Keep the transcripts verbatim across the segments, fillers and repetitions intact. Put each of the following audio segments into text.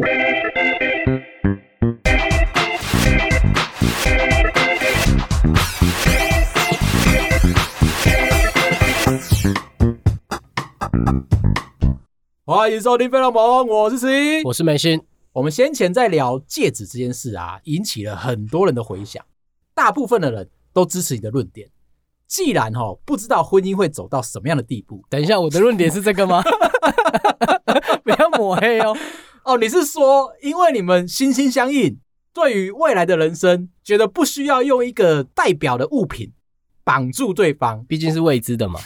欢迎收听飞龙盟，我是 C， 我是梅心。 我们先前在聊戒指这件事啊，引起了很多人的回响，大部分的人都支持你的论点。既然齁不知道婚姻会走到什么样的地步， 等一下，我的论点是这个吗？不要抹黑哦。 哦，你是说因为你们心心相印，对于未来的人生觉得不需要用一个代表的物品绑住对方， 毕竟是未知的嘛。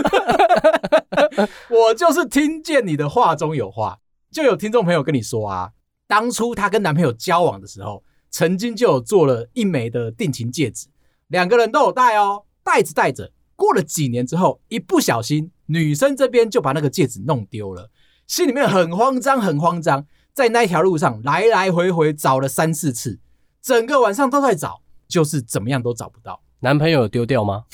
我就是听见你的话中有话，就有听众朋友跟你说啊，当初她跟男朋友交往的时候，曾经就有做了一枚的定情戒指，两个人都有戴哦，戴着戴着，过了几年之后，一不小心女生这边就把那个戒指弄丢了，心里面很慌张很慌张，在那条路上来来回回找了三四次，整个晚上都在找，就是怎么样都找不到。 男朋友有丢掉吗？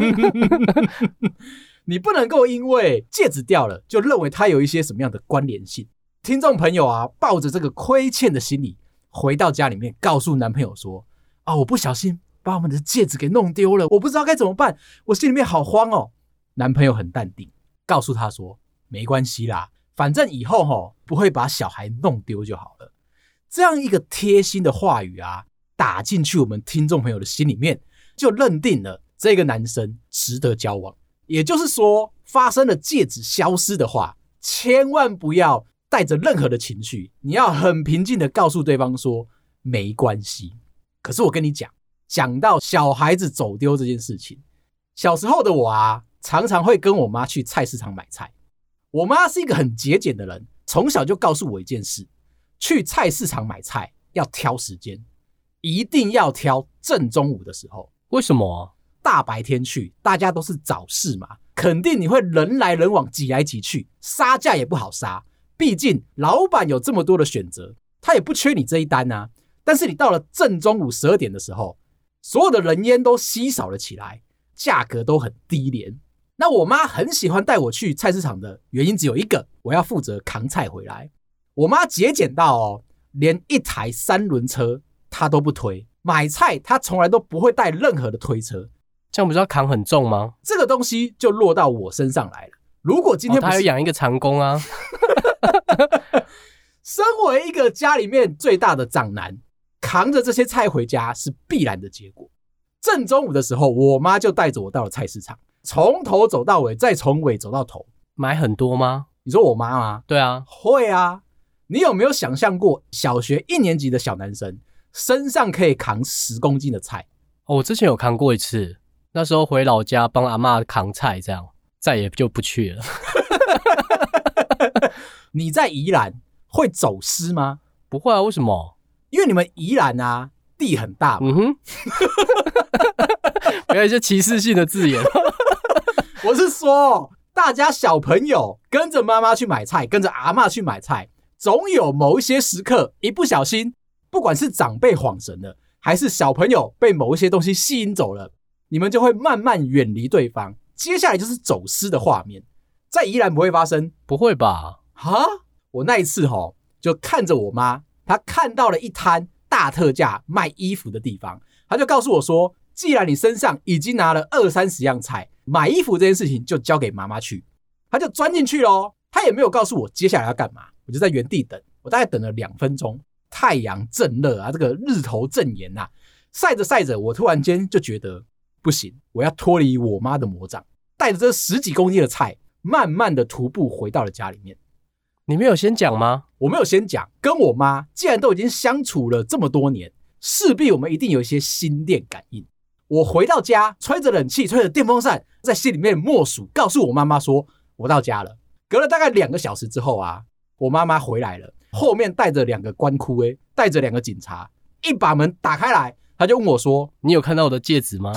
你不能够因为戒指掉了就认为它有一些什么样的关联性。听众朋友啊，抱着这个亏欠的心理回到家里面，告诉男朋友说啊，我不小心把我们的戒指给弄丢了，我不知道该怎么办，我心里面好慌哦。男朋友很淡定，告诉他说没关系啦，反正以后齁不会把小孩弄丢就好了。这样一个贴心的话语啊，打进去我们听众朋友的心里面，就认定了这个男生值得交往。也就是说，发生了戒指消失的话，千万不要带着任何的情绪，你要很平静的告诉对方说没关系。可是我跟你讲，讲到小孩子走丢这件事情，小时候的我啊，常常会跟我妈去菜市场买菜。我妈是一个很节俭的人，从小就告诉我一件事，去菜市场买菜要挑时间，一定要挑正中午的时候。 为什么啊？ 大白天去，大家都是早市嘛，肯定你会人来人往，挤来挤去，杀价也不好杀。毕竟老板有这么多的选择，他也不缺你这一单啊。但是你到了正中午十二点的时候，所有的人烟都稀少了起来，价格都很低廉。那我妈很喜欢带我去菜市场的原因只有一个，我要负责扛菜回来。我妈节俭到哦，连一台三轮车她都不推，买菜她从来都不会带任何的推车。 这样不是要扛很重吗？ 这个东西就落到我身上来了。如果今天不是、 哦、他有养一个长工啊。 身为一个家里面最大的长男，扛着这些菜回家是必然的结果。正中午的时候，我妈就带着我到了菜市场，从头走到尾，再从尾走到头。 买很多吗？ 你说我妈吗？ 对啊， 会啊。你有没有想象过小学一年级的小男生身上可以扛十公斤的菜？ 哦，我之前有扛过一次，那时候回老家帮阿嬷扛菜，这样再也就不去了。 你在宜兰会走失吗？ 不会啊，为什么？ 因为你们宜兰啊地很大嘛。 嗯哼，不要一些歧视性的字眼。 我是说，大家小朋友跟着妈妈去买菜，跟着阿嬷去买菜，总有某一些时刻，一不小心，不管是长辈晃神了，还是小朋友被某一些东西吸引走了，你们就会慢慢远离对方，接下来就是走失的画面。在宜兰不会发生？ 不会吧？ 哈，我那一次齁，就看着我妈，她看到了一摊大特价卖衣服的地方，她就告诉我说，既然你身上已经拿了二三十样菜，买衣服这件事情就交给妈妈去。她就钻进去咯，她也没有告诉我接下来要干嘛，我就在原地等，我大概等了两分钟，太阳正热啊，这个日头正炎啊，晒着晒着，我突然间就觉得不行，我要脱离我妈的魔掌，带着这十几公斤的菜，慢慢的徒步回到了家里面。 你没有先讲吗？ 我没有先讲，跟我妈既然都已经相处了这么多年，势必我们一定有一些心电感应。我回到家，吹着冷气，吹着电风扇，在心里面默数，告诉我妈妈说我到家了。隔了大概两个小时之后啊，我妈妈回来了，后面带着两个官窟欸，带着两个警察，一把门打开来，他就问我说， 你有看到我的戒指吗？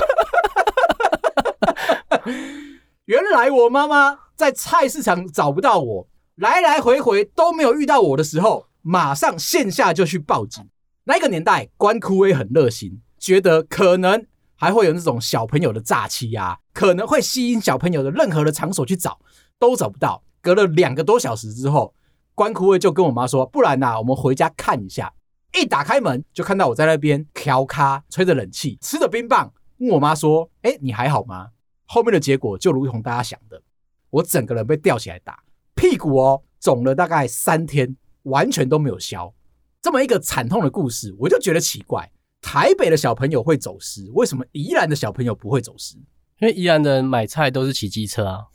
原来我妈妈在菜市场找不到我，来来回回都没有遇到我的时候，马上线下就去报警。那个年代官窟欸很热心，觉得可能还会有那种小朋友的诈欺啊，可能会吸引小朋友的任何的场所去找，都找不到。隔了两个多小时之后， 关枯卫就跟我妈说，不然啊我们回家看一下。一打开门就看到我在那边调咖吹着冷气吃着冰棒，问我妈说，诶你还好吗？后面的结果就如同大家想的，我整个人被吊起来打，屁股哦肿了大概三天，完全都没有消。这么一个惨痛的故事，我就觉得奇怪，台北的小朋友会走失，为什么宜兰的小朋友不会走失？ 因为宜兰的人买菜都是骑机车啊。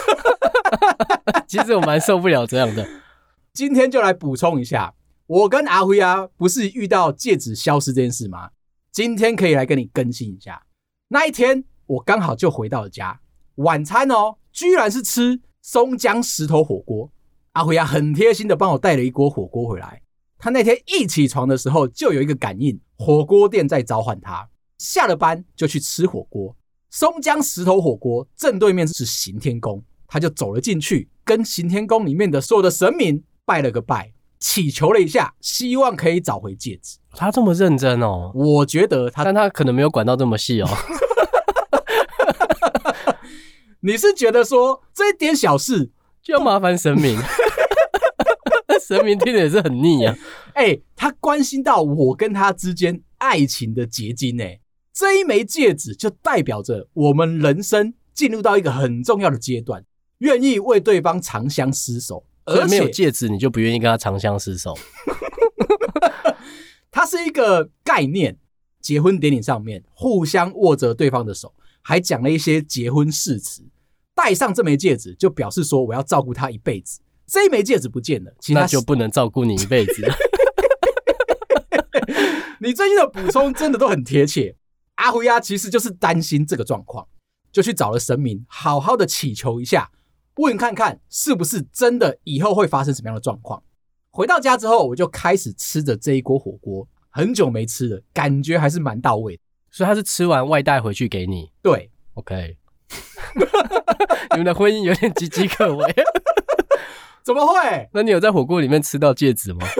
其实我蛮受不了这样的。 今天就来补充一下，我跟阿辉啊不是遇到戒指消失这件事吗？今天可以来跟你更新一下。那一天我刚好就回到了家，晚餐哦居然是吃松江石头火锅。阿辉啊很贴心的帮我带了一锅火锅回来。他那天一起床的时候就有一个感应，火锅店在召唤他，下了班就去吃火锅。松江石头火锅正对面是行天宫，他就走了进去，跟行天宫里面的所有的神明拜了个拜，祈求了一下，希望可以找回戒指。 他这么认真哦， 我觉得他， 但他可能没有管到这么细哦。 你是觉得说这一点小事就要麻烦神明？神明听的也是很腻啊。 欸，他关心到我跟他之间爱情的结晶欸，这一枚戒指就代表着我们人生进入到一个很重要的阶段，愿意为对方长相厮守。 所以没有戒指你就不愿意跟他长相厮守。 它是一个概念，结婚典礼上面互相握着对方的手，还讲了一些结婚誓词，戴上这枚戒指就表示说我要照顾他一辈子。这一枚戒指不见了，其实那就不能照顾你一辈子。 你最近的补充真的都很贴切。阿辉啊其实就是担心这个状况，就去找了神明好好的祈求一下，问看看是不是真的以后会发生什么样的状况。回到家之后我就开始吃着这一锅火锅，很久没吃了，感觉还是蛮到位的。 所以他是吃完外带回去给你？ 对 OK。 你们的婚姻有点岌岌可危。 怎么会？ 那你有在火锅里面吃到戒指吗？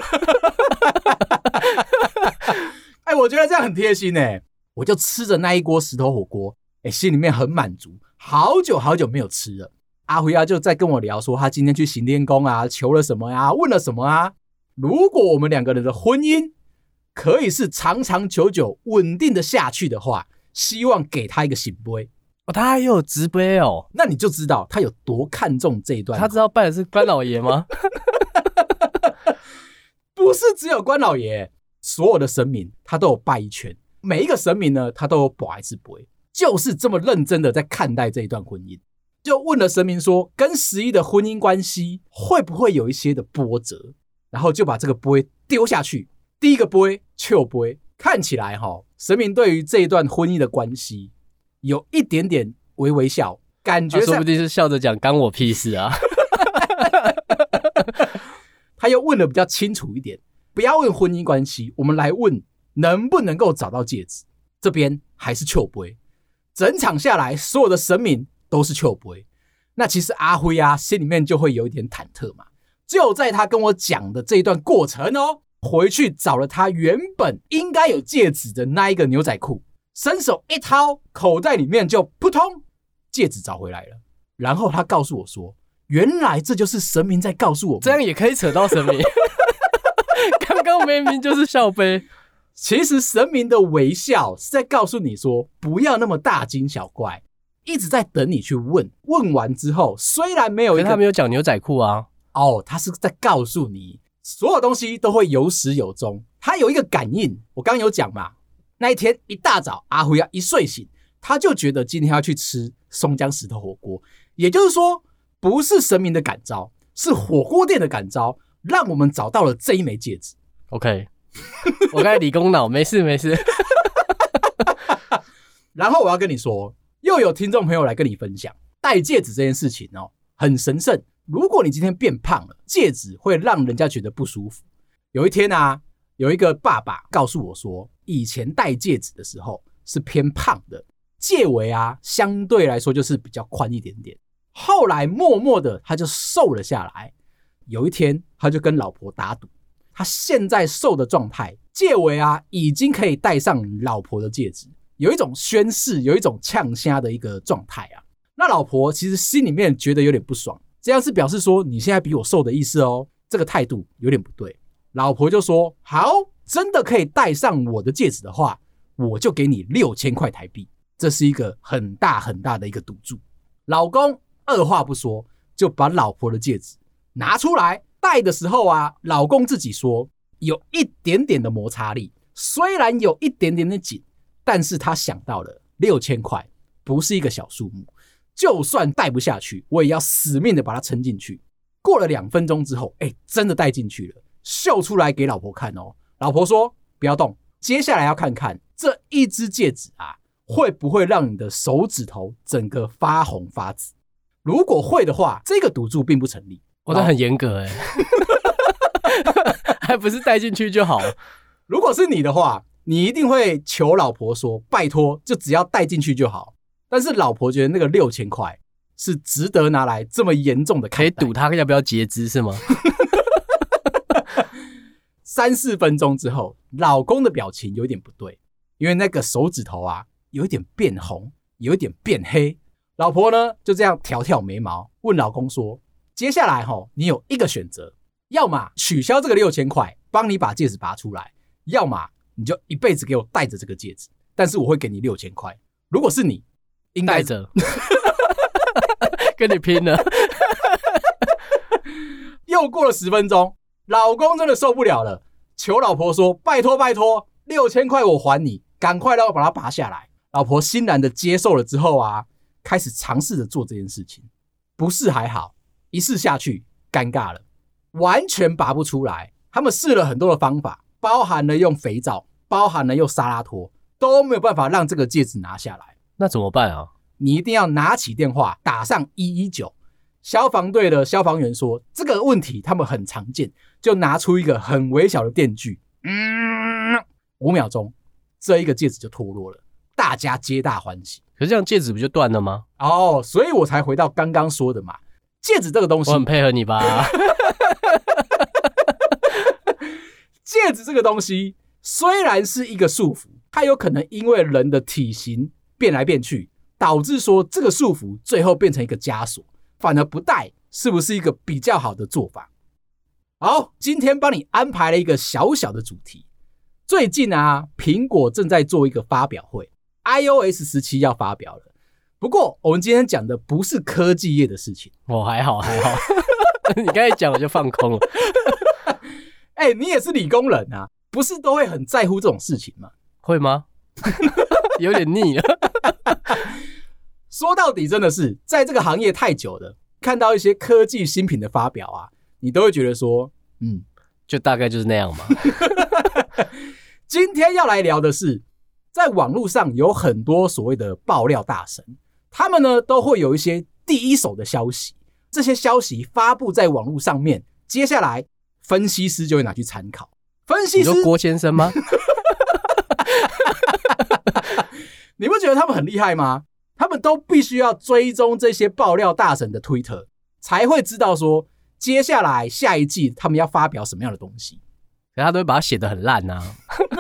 哎、欸，我觉得这样很贴心欸。我就吃着那一锅石头火锅，哎、欸，心里面很满足，好久好久没有吃了。阿辉啊就在跟我聊说他今天去行天宫啊求了什么啊，问了什么啊。如果我们两个人的婚姻可以是长长久久稳定的下去的话，希望给他一个醒杯。 哦，他还有直杯哦， 那你就知道他有多看重这一段。 他知道拜的是关老爷吗？ 不是只有关老爷，所有的神明他都有拜一圈，每一个神明呢他都有拜一次杯，就是这么认真的在看待这一段婚姻。就问了神明说跟十一的婚姻关系会不会有一些的波折，然后就把这个杯丢下去。第一个杯笑杯，看起来齁神明对于这一段婚姻的关系有一点点微微笑，感觉上说不定是笑着讲干我屁事啊。 他又问的比较清楚一点，不要问婚姻关系，我们来问能不能够找到戒指。这边还是笑杯，整场下来所有的神明都是笑杯。那其实阿辉啊心里面就会有一点忐忑嘛。就在他跟我讲的这一段过程哦，回去找了他原本应该有戒指的那一个牛仔裤，伸手一掏，口袋里面就扑通，戒指找回来了。然后他告诉我说，原来这就是神明在告诉我们， 这样也可以扯到神明。刚刚明明就是笑杯。 其实神明的微笑是在告诉你说，不要那么大惊小怪，一直在等你去问。问完之后，虽然没有一个， 可是他没有讲牛仔裤啊。 哦，他是在告诉你，所有东西都会有始有终。他有一个感应，我刚刚有讲嘛。那一天一大早，阿辉啊一睡醒，他就觉得今天要去吃松江石头火锅。也就是说，不是神明的感召，是火锅店的感召，让我们找到了这一枚戒指。 OK。我刚才理工脑，没事没事。 然后我要跟你说，又有听众朋友来跟你分享戴戒指这件事情哦，很神圣。如果你今天变胖了，戒指会让人家觉得不舒服。有一天啊，有一个爸爸告诉我说，以前戴戒指的时候是偏胖的，戒围啊相对来说就是比较宽一点点。后来默默的他就瘦了下来。有一天他就跟老婆打赌，他现在瘦的状态，戒围啊已经可以戴上老婆的戒指，有一种宣誓，有一种呛虾的一个状态啊。那老婆其实心里面觉得有点不爽，这样是表示说你现在比我瘦的意思哦。 这个态度有点不对。老婆就说：“好，真的可以戴上我的戒指的话，我就给你六千块台币。”这是一个很大很大的一个赌注。老公二话不说就把老婆的戒指拿出来戴的时候啊，老公自己说有一点点的摩擦力，虽然有一点点的紧，但是他想到了六千块不是一个小数目，就算戴不下去，我也要死命的把它撑进去。过了两分钟之后，哎，真的戴进去了，秀出来给老婆看哦。老婆说不要动，接下来要看看这一只戒指啊，会不会让你的手指头整个发红发紫。如果会的话，这个赌注并不成立。 我都很严格哎，还不是戴进去就好。 如果是你的话，你一定会求老婆说拜托，就只要戴进去就好。但是老婆觉得那个六千块是值得拿来这么严重的看待， 可以赌他要不要截肢是吗？ 三四分钟之后，老公的表情有点不对，因为那个手指头啊有一点变红，有一点变黑。老婆呢就这样挑挑眉毛，问老公说：“接下来齁，你有一个选择，要么取消这个六千块，帮你把戒指拔出来；要么你就一辈子给我戴着这个戒指，但是我会给你六千块。如果是你，应该戴着，跟你拼了。” 又过了十分钟，老公真的受不了了，求老婆说：“拜托拜托，六千块我还你，赶快让我把它拔下来。”老婆欣然的接受了之后啊，开始尝试着做这件事情。不试还好，一试下去尴尬了，完全拔不出来。他们试了很多的方法，包含了用肥皂，包含了用沙拉托，都没有办法让这个戒指拿下来。 那怎么办啊？ 你一定要拿起电话打上一一九。消防队的消防员说这个问题他们很常见，就拿出一个很微小的电锯，嗯，五秒钟，这一个戒指就脱落了，大家皆大欢喜。 可是这样戒指不就断了吗？ 哦，所以我才回到刚刚说的嘛，戒指这个东西， 我很配合你吧。 戒指这个东西虽然是一个束缚，它有可能因为人的体型变来变去，导致说这个束缚最后变成一个枷锁，反而不戴是不是一个比较好的做法？好，今天帮你安排了一个小小的主题。最近啊，苹果正在做一个发表会， i O S 十七 要发表了。不过我们今天讲的不是科技业的事情。 我、哦、还好还好。你刚才讲我就放空了。 哎、欸，你也是理工人啊，不是都会很在乎这种事情吗？ 会吗？有点腻了。 说到底真的是在这个行业太久了，看到一些科技新品的发表啊，你都会觉得说嗯， 就大概就是那样嘛。 今天要来聊的是，在网络上有很多所谓的爆料大神，他们呢都会有一些第一手的消息，这些消息发布在网络上面，接下来分析师就会拿去参考。分析师， 你说郭先生吗？ 你不觉得他们很厉害吗？他们都必须要追踪这些爆料大神的 Twitter， 才会知道说接下来下一季他们要发表什么样的东西。 可是他都会把它写得很烂啊。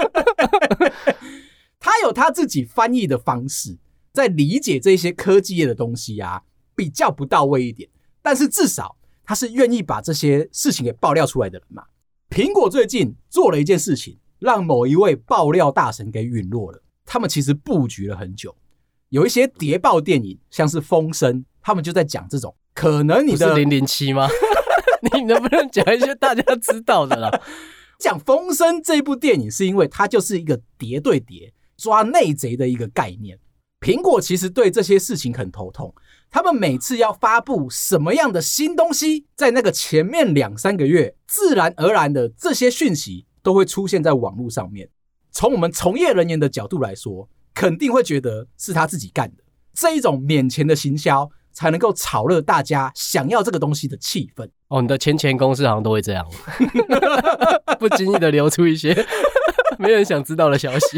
他有他自己翻译的方式，在理解这些科技业的东西啊，比较不到位一点，但是至少他是愿意把这些事情给爆料出来的人嘛。苹果最近做了一件事情，让某一位爆料大神给陨落了。他们其实布局了很久，有一些谍报电影，像是《风声》，他们就在讲这种可能你的不是零零七吗？你能不能讲一些大家知道的啦？ 讲《风声》这部电影是因为它就是一个谍对谍抓内贼的一个概念。苹果其实对这些事情很头痛，他们每次要发布什么样的新东西，在那个前面两三个月，自然而然的这些讯息都会出现在网络上面。从我们从业人员的角度来说，肯定会觉得是他自己干的，这一种免钱的行销才能够炒热大家想要这个东西的气氛。 哦，你的前前公司好像都会这样，不经意的流出一些没人想知道的消息。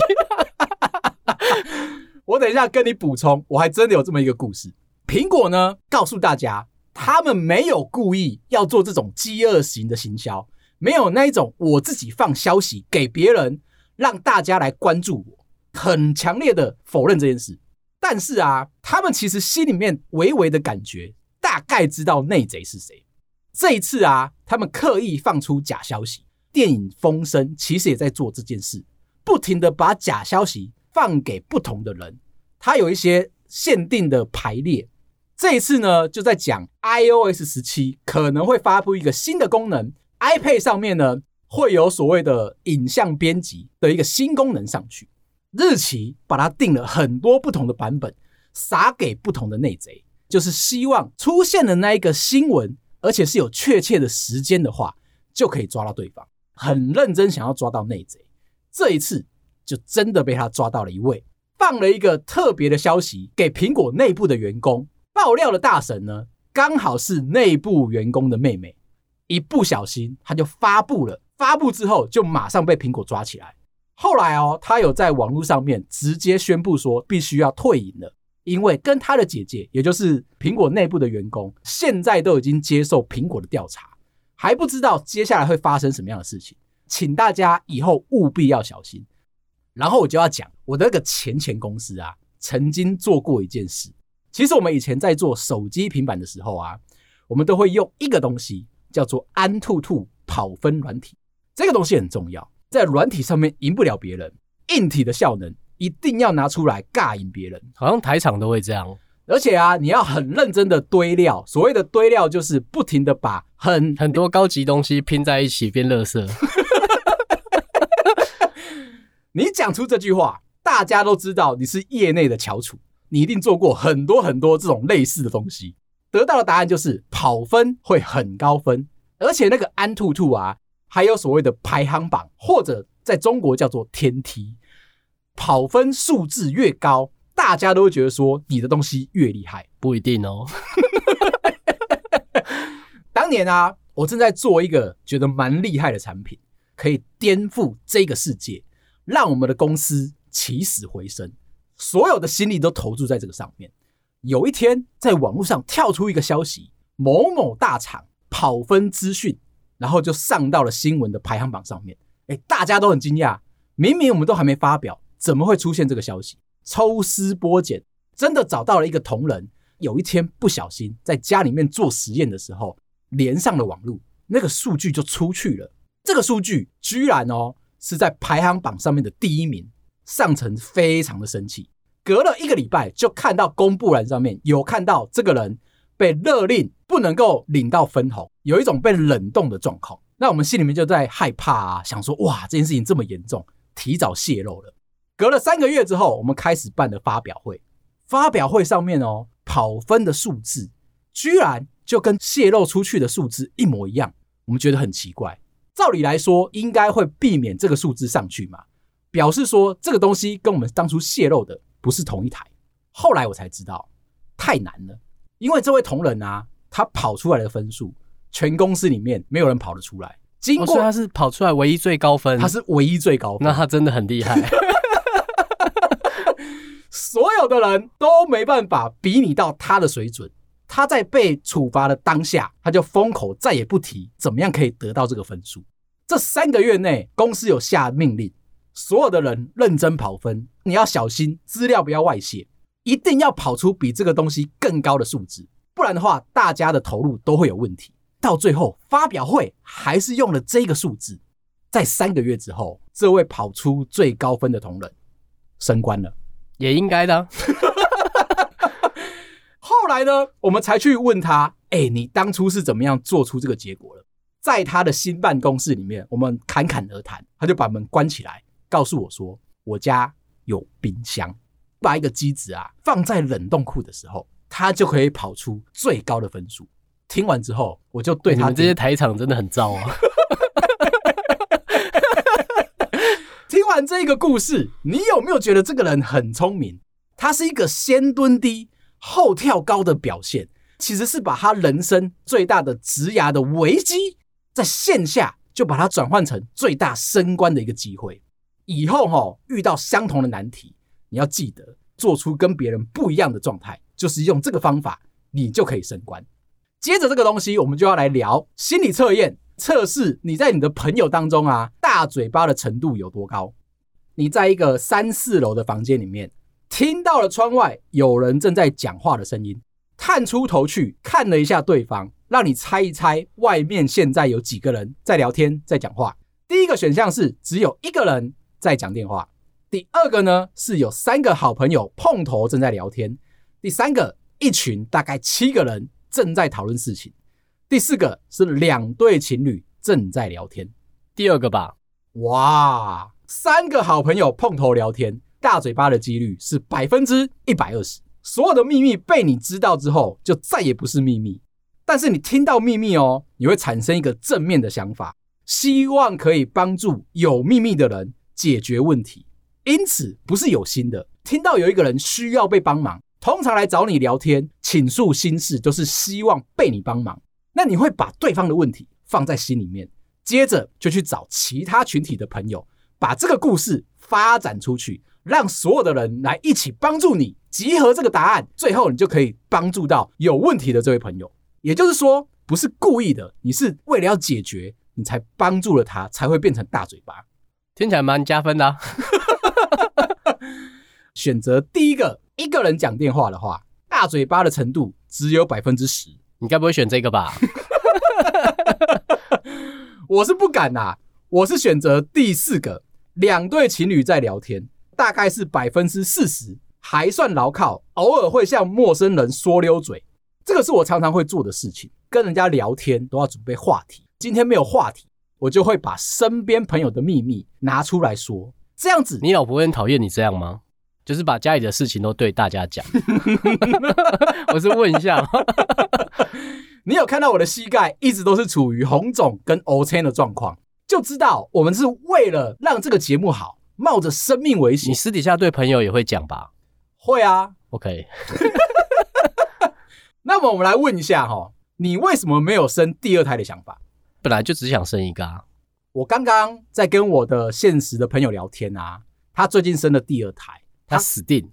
我等一下跟你补充，我还真的有这么一个故事。苹果呢，告诉大家，他们没有故意要做这种饥饿型的行销，没有那一种我自己放消息给别人，让大家来关注我，很强烈的否认这件事。但是啊，他们其实心里面微微的感觉，大概知道内贼是谁。 这一次啊，他们刻意放出假消息，电影《风声》其实也在做这件事，不停的把假消息放给不同的人，它有一些限定的排列。这一次呢，就在讲 i O S 十七 可能会发布一个新的功能， iPad 上面呢会有所谓的影像编辑的一个新功能上去，日期把它定了很多不同的版本，撒给不同的内贼，就是希望出现的那一个新闻，而且是有确切的时间的话，就可以抓到对方，很认真想要抓到内贼。这一次就真的被他抓到了一位，放了一个特别的消息给苹果内部的员工，爆料的大神呢刚好是内部员工的妹妹，一不小心他就发布了，发布之后就马上被苹果抓起来。后来哦，他有在网络上面直接宣布说必须要退隐了，因为跟他的姐姐，也就是苹果内部的员工，现在都已经接受苹果的调查，还不知道接下来会发生什么样的事情，请大家以后务必要小心。然后我就要讲我的那个前前公司啊，曾经做过一件事。其实我们以前在做手机平板的时候啊，我们都会用一个东西叫做安兔兔跑分软体，这个东西很重要，在软体上面赢不了别人，硬体的效能一定要拿出来尬赢别人， 好像台厂都会这样。 而且啊，你要很认真的堆料，所谓的堆料就是不停的把很很多高级东西拼在一起变垃圾。 你讲出这句话，大家都知道你是业内的翘楚，你一定做过很多很多这种类似的东西。得到的答案就是跑分会很高分，而且那个安兔兔啊，还有所谓的排行榜，或者在中国叫做天梯，跑分数字越高，大家都会觉得说你的东西越厉害。 不一定哦。 当年啊，我正在做一个觉得蛮厉害的产品，可以颠覆这个世界，让我们的公司起死回生，所有的心力都投注在这个上面。有一天在网络上跳出一个消息，某某大厂跑分资讯，然后就上到了新闻的排行榜上面。诶，大家都很惊讶，明明我们都还没发表，怎么会出现这个消息？抽丝剥茧，真的找到了一个同仁，有一天不小心在家里面做实验的时候连上了网络，那个数据就出去了。这个数据居然哦是在排行榜上面的第一名，上层非常的生气。隔了一个礼拜就看到公布栏上面有看到这个人被勒令不能够领到分红，有一种被冷冻的状况。那我们心里面就在害怕啊，想说哇，这件事情这么严重，提早泄露了。隔了三个月之后，我们开始办了发表会。发表会上面哦，跑分的数字居然就跟泄露出去的数字一模一样，我们觉得很奇怪。照理来说，应该会避免这个数字上去嘛，表示说这个东西跟我们当初泄露的不是同一台。后来我才知道，太难了，因为这位同仁啊，他跑出来的分数，全公司里面没有人跑得出来。经过、 哦、所以他是跑出来唯一最高分， 他是唯一最高分， 那他真的很厉害。 所有的人都没办法比拟到他的水准。他在被处罚的当下，他就封口再也不提怎么样可以得到这个分数。这三个月内，公司有下命令，所有的人认真跑分，你要小心资料不要外泄，一定要跑出比这个东西更高的数字，不然的话大家的投入都会有问题。到最后发表会还是用了这个数字。在三个月之后，这位跑出最高分的同仁升官了， 也应该的、啊。 后来呢，我们才去问他，哎，你当初是怎么样做出这个结果了？在他的新办公室里面，我们侃侃而谈，他就把门关起来，告诉我说，我家有冰箱，把一个机子啊放在冷冻库的时候，他就可以跑出最高的分数。听完之后，我就对他， 你们这些台厂真的很糟啊。 听完这个故事，你有没有觉得这个人很聪明？他是一个先蹲低后跳高的表现，其实是把他人生最大的职涯的危机，在线下就把它转换成最大升官的一个机会。以后、哦、遇到相同的难题，你要记得做出跟别人不一样的状态，就是用这个方法，你就可以升官。接着这个东西，我们就要来聊心理测验，测试你在你的朋友当中啊，大嘴巴的程度有多高。你在一个三四楼的房间里面，听到了窗外有人正在讲话的声音， 探出头去看了一下对方，让你猜一猜外面现在有几个人在聊天在讲话。第一个选项是只有一个人在讲电话，第二个呢是有三个好朋友碰头正在聊天，第三个一群大概七个人正在讨论事情，第四个是两对情侣正在聊天。 第二个吧。 哇，三个好朋友碰头聊天，大嘴巴的几率是百分之一百二十。所有的秘密被你知道之后，就再也不是秘密。但是你听到秘密哦，你会产生一个正面的想法，希望可以帮助有秘密的人解决问题。因此，不是有心的，听到有一个人需要被帮忙，通常来找你聊天倾诉心事，都是希望被你帮忙。那你会把对方的问题放在心里面，接着就去找其他群体的朋友，把这个故事发展出去，让所有的人来一起帮助你集合这个答案，最后你就可以帮助到有问题的这位朋友。也就是说，不是故意的，你是为了要解决，你才帮助了他，才会变成大嘴巴。 听起来蛮加分的啊。 选择第一个，一个人讲电话的话，大嘴巴的程度只有 百分之十。 你该不会选这个吧？ 我是不敢啊，我是选择第四个，两对情侣在聊天，大概是 百分之四十， 还算牢靠，偶尔会向陌生人说溜嘴。这个是我常常会做的事情，跟人家聊天都要准备话题，今天没有话题，我就会把身边朋友的秘密拿出来说。这样子， 你老婆会很讨厌你这样吗？就是把家里的事情都对大家讲。我是问一下。 你有看到我的膝盖一直都是处于红肿跟黑青的状况，就知道我们是为了让这个节目好，冒着生命危险。 你私底下对朋友也会讲吧？ 会啊。 OK。 那么我们来问一下齁，你为什么没有生第二胎的想法？ 本来就只想生一个啊。 我刚刚在跟我的现实的朋友聊天啊，他最近生了第二胎， 他死定。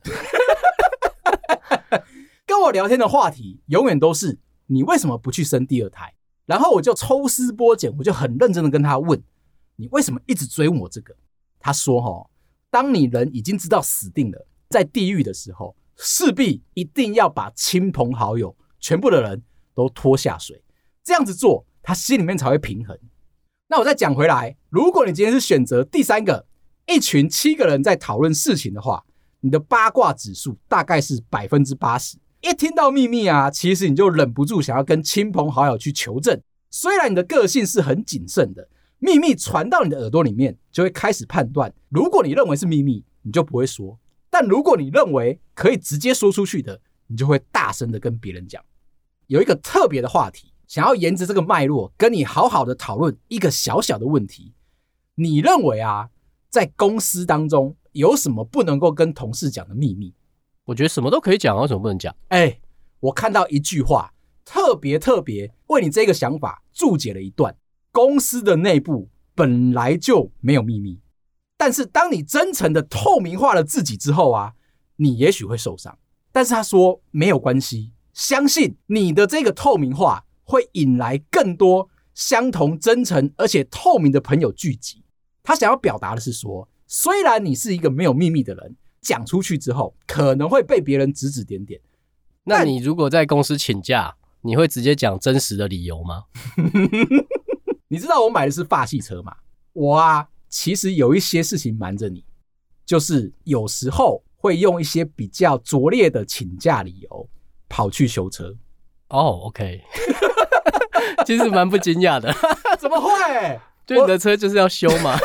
跟我聊天的话题永远都是你为什么不去生第二胎？然后我就抽丝剥茧，我就很认真的跟他问，你为什么一直追问我这个？他说齁，当你人已经知道死定了，在地狱的时候，势必一定要把亲朋好友全部的人都拖下水，这样子做他心里面才会平衡。那我再讲回来，如果你今天是选择第三个，一群七个人在讨论事情的话，你的八卦指数大概是 百分之八十。 一听到秘密啊，其实你就忍不住想要跟亲朋好友去求证。虽然你的个性是很谨慎的，秘密传到你的耳朵里面，就会开始判断，如果你认为是秘密，你就不会说，但如果你认为可以直接说出去的，你就会大声的跟别人讲。有一个特别的话题，想要沿着这个脉络跟你好好的讨论一个小小的问题。你认为啊，在公司当中有什么不能够跟同事讲的秘密？ 我觉得什么都可以讲，为什么不能讲？ 哎，我看到一句话，特别特别为你这个想法注解了一段。公司的内部本来就没有秘密，但是当你真诚的透明化了自己之后啊，你也许会受伤。但是他说没有关系，相信你的这个透明化会引来更多相同真诚而且透明的朋友聚集。他想要表达的是说，虽然你是一个没有秘密的人，讲出去之后可能会被别人指指点点。 那你如果在公司请假，你会直接讲真实的理由吗？ 你知道我买的是法系车吗？我啊，其实有一些事情瞒着你，就是有时候会用一些比较拙劣的请假理由跑去修车。 哦、oh, ，OK。 其实蛮不惊讶的。 怎么会？ 就你的车就是要修嘛。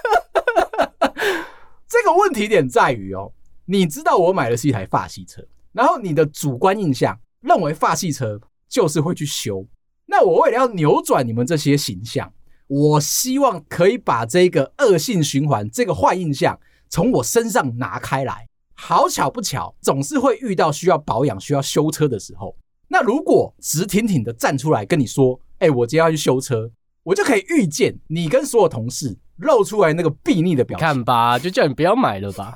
这个问题点在于哦，你知道我买的是一台法系车，然后你的主观印象认为法系车就是会去修。那我为了要扭转你们这些形象，我希望可以把这个恶性循环，这个坏印象从我身上拿开来。好巧不巧，总是会遇到需要保养需要修车的时候。那如果直挺挺的站出来跟你说，哎，我今天要去修车，我就可以预见你跟所有同事露出来那个睥睨的表情。 看吧，就叫你不要买了吧。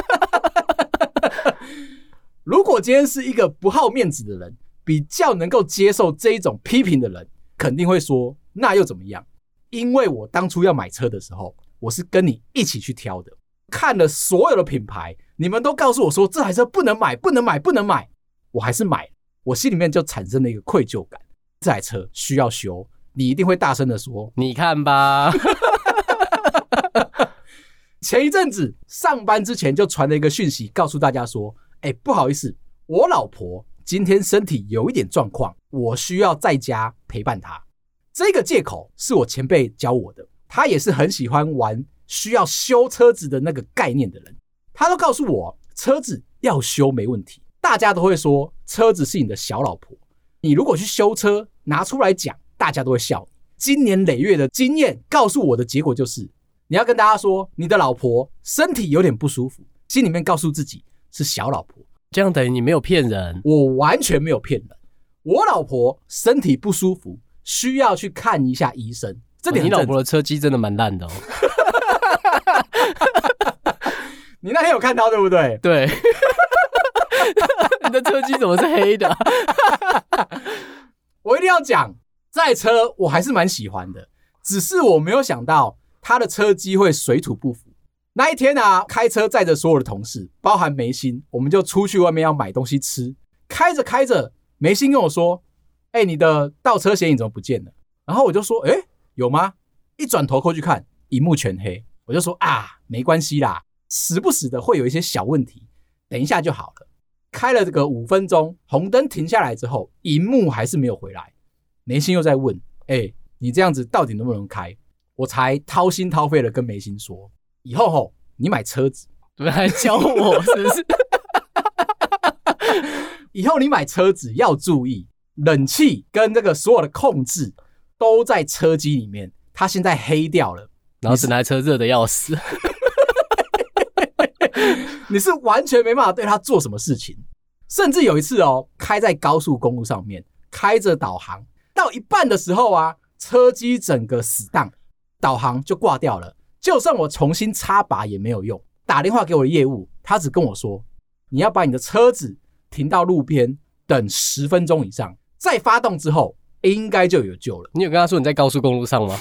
如果今天是一个不好面子的人，比较能够接受这一种批评的人，肯定会说，那又怎么样？因为我当初要买车的时候，我是跟你一起去挑的，看了所有的品牌，你们都告诉我说这台车不能买不能买不能买，我还是买了。 我心里面就产生了一个愧疚感，这台车需要修，你一定会大声的说， 你看吧。 前一阵子上班之前就传了一个讯息告诉大家说，哎，不好意思，我老婆今天身体有一点状况，我需要在家陪伴她。这个借口是我前辈教我的，他也是很喜欢玩需要修车子的那个概念的人，他都告诉我车子要修没问题，大家都会说车子是你的小老婆，你如果去修车拿出来讲，大家都会笑你。经年累月的经验告诉我的结果就是，你要跟大家说你的老婆身体有点不舒服，心里面告诉自己是小老婆， 这样等于你没有骗人。 我完全没有骗人，我老婆身体不舒服，需要去看一下医生。这点你老婆的车机真的蛮烂的哦。 你那天有看到对不对？ 对。你的车机怎么是黑的？ 我一定要讲，这台车我还是蛮喜欢的，只是我没有想到他的车机会水土不服。那一天啊，开车载着所有的同事，包含梅心，我们就出去外面要买东西吃。开着开着，梅心跟我说：“哎、欸，你的倒车显影怎么不见了？”然后我就说：“哎、欸，有吗？”一转头过去看，萤幕全黑。我就说：“啊，没关系啦，时不时的会有一些小问题，等一下就好了。”开了这个五分钟，红灯停下来之后，萤幕还是没有回来。梅心又在问：“哎、欸，你这样子到底能不能开？”我才掏心掏肺的跟梅心说：“以后吼，你买车子， 怎么还教我？是不是？ 以后你买车子要注意，冷气跟这个所有的控制都在车机里面。它现在黑掉了， 然后整台车热的要死。” 你是完全没办法对他做什么事情。甚至有一次哦，开在高速公路上面，开着导航到一半的时候啊，车机整个死档，导航就挂掉了。就算我重新插拔也没有用。打电话给我的业务，他只跟我说，你要把你的车子停到路边，等十分钟以上，再发动之后，应该就有救了。 你有跟他说你在高速公路上吗？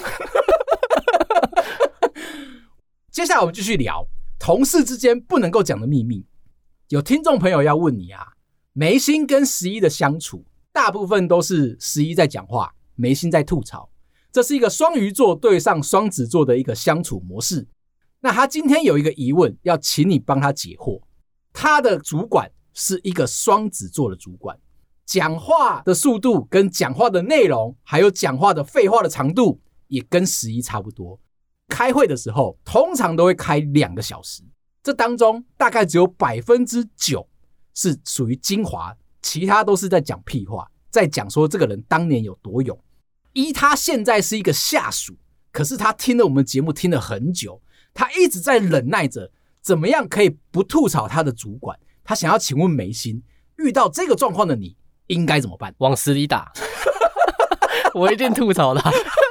接下来我们继续聊同事之间不能够讲的秘密。有听众朋友要问你啊，梅心跟十一的相处，大部分都是十一在讲话，梅心在吐槽。这是一个双鱼座对上双子座的一个相处模式。那他今天有一个疑问，要请你帮他解惑。他的主管是一个双子座的主管，讲话的速度跟讲话的内容，还有讲话的废话的长度，也跟十一差不多。开会的时候，通常都会开两个小时，这当中大概只有百分之九是属于精华，其他都是在讲屁话，在讲说这个人当年有多勇。依他现在是一个下属，可是他听了我们节目听了很久，他一直在忍耐着，怎么样可以不吐槽他的主管？他想要请问梅心，遇到这个状况的你应该怎么办？ 往死里打。我一定吐槽他。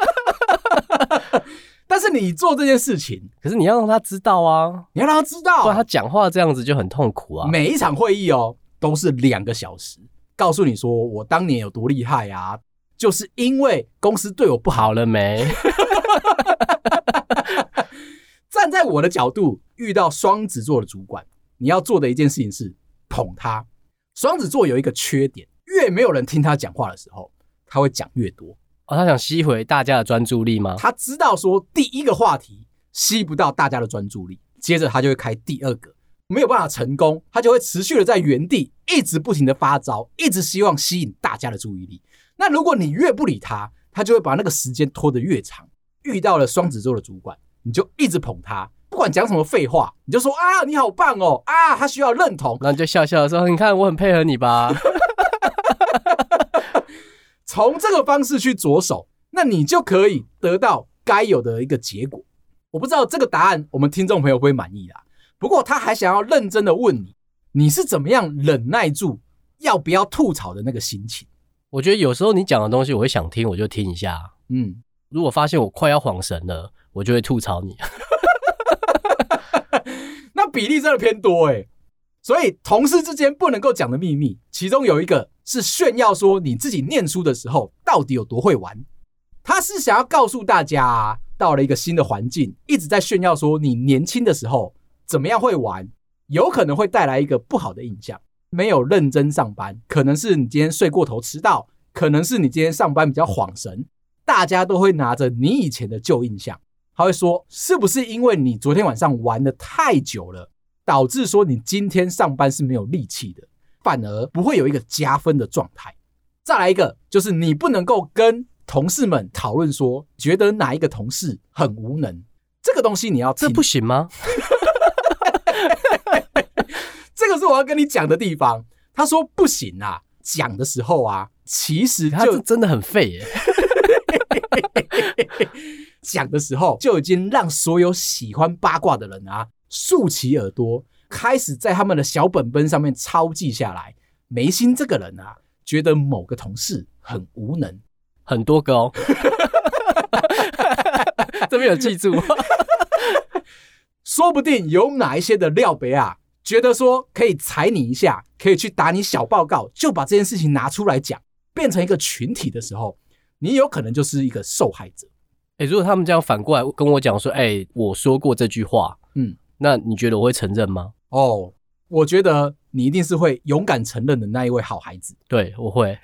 但是你做这件事情， 可是你要让他知道啊， 你要让他知道， 不然他讲话这样子就很痛苦啊。 每一场会议哦，都是两个小时，告诉你说我当年有多厉害啊，就是因为公司对我不好。 好了没？ 站在我的角度，遇到双子座的主管，你要做的一件事情是捧他。双子座有一个缺点，越没有人听他讲话的时候，他会讲越多。 哦，他想吸回大家的专注力吗？ 他知道说第一个话题吸不到大家的专注力，接着他就会开第二个，没有办法成功，他就会持续的在原地一直不停的发招，一直希望吸引大家的注意力。那如果你越不理他，他就会把那个时间拖得越长。遇到了双子座的主管，你就一直捧他，不管讲什么废话，你就说啊你好棒哦，啊他需要认同， 然后你就笑笑的说，你看我很配合你吧。 从这个方式去着手，那你就可以得到该有的一个结果。我不知道这个答案我们听众朋友会不会满意啦，不过他还想要认真的问你，你是怎么样忍耐住要不要吐槽的那个心情。 我觉得有时候你讲的东西我会想听，我就听一下。嗯，如果发现我快要晃神了，我就会吐槽你。 那比例真的偏多欸。所以同事之间不能够讲的秘密，其中有一个是炫耀说你自己念书的时候到底有多会玩。他是想要告诉大家啊，到了一个新的环境，一直在炫耀说你年轻的时候怎么样会玩，有可能会带来一个不好的印象。 没有认真上班，可能是你今天睡过头迟到，可能是你今天上班比较晃神，大家都会拿着你以前的旧印象，他会说是不是因为你昨天晚上玩得太久了，导致说你今天上班是没有力气的，反而不会有一个加分的状态。再来一个，就是你不能够跟同事们讨论说觉得哪一个同事很无能，这个东西你要听。 这不行吗？ 这个是我要跟你讲的地方。他说不行啊，讲的时候啊，其实就他这真的很废耶。 讲的时候就已经让所有喜欢八卦的人啊竖起耳朵，开始在他们的小本本上面抄记下来。梅心这个人啊，觉得某个同事很无能， 很多个哦。这边有记住。 说不定有哪一些的料杯啊，觉得说可以踩你一下，可以去打你小报告，就把这件事情拿出来讲，变成一个群体的时候，你有可能就是一个受害者。 欸，如果他们这样反过来跟我讲说，哎、欸，我说过这句话，嗯，那你觉得我会承认吗？ 哦，我觉得你一定是会勇敢承认的那一位好孩子。 对，我会。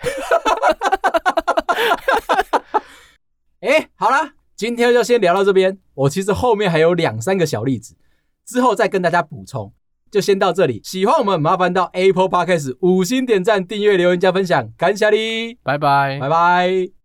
哎、欸，好啦，今天就先聊到这边。我其实后面还有两三个小例子，之后再跟大家补充。就先到这里，喜欢我们麻烦到 Apple Podcast 五星点赞、订阅、留言、加分享，感谢你， 拜拜， 拜拜。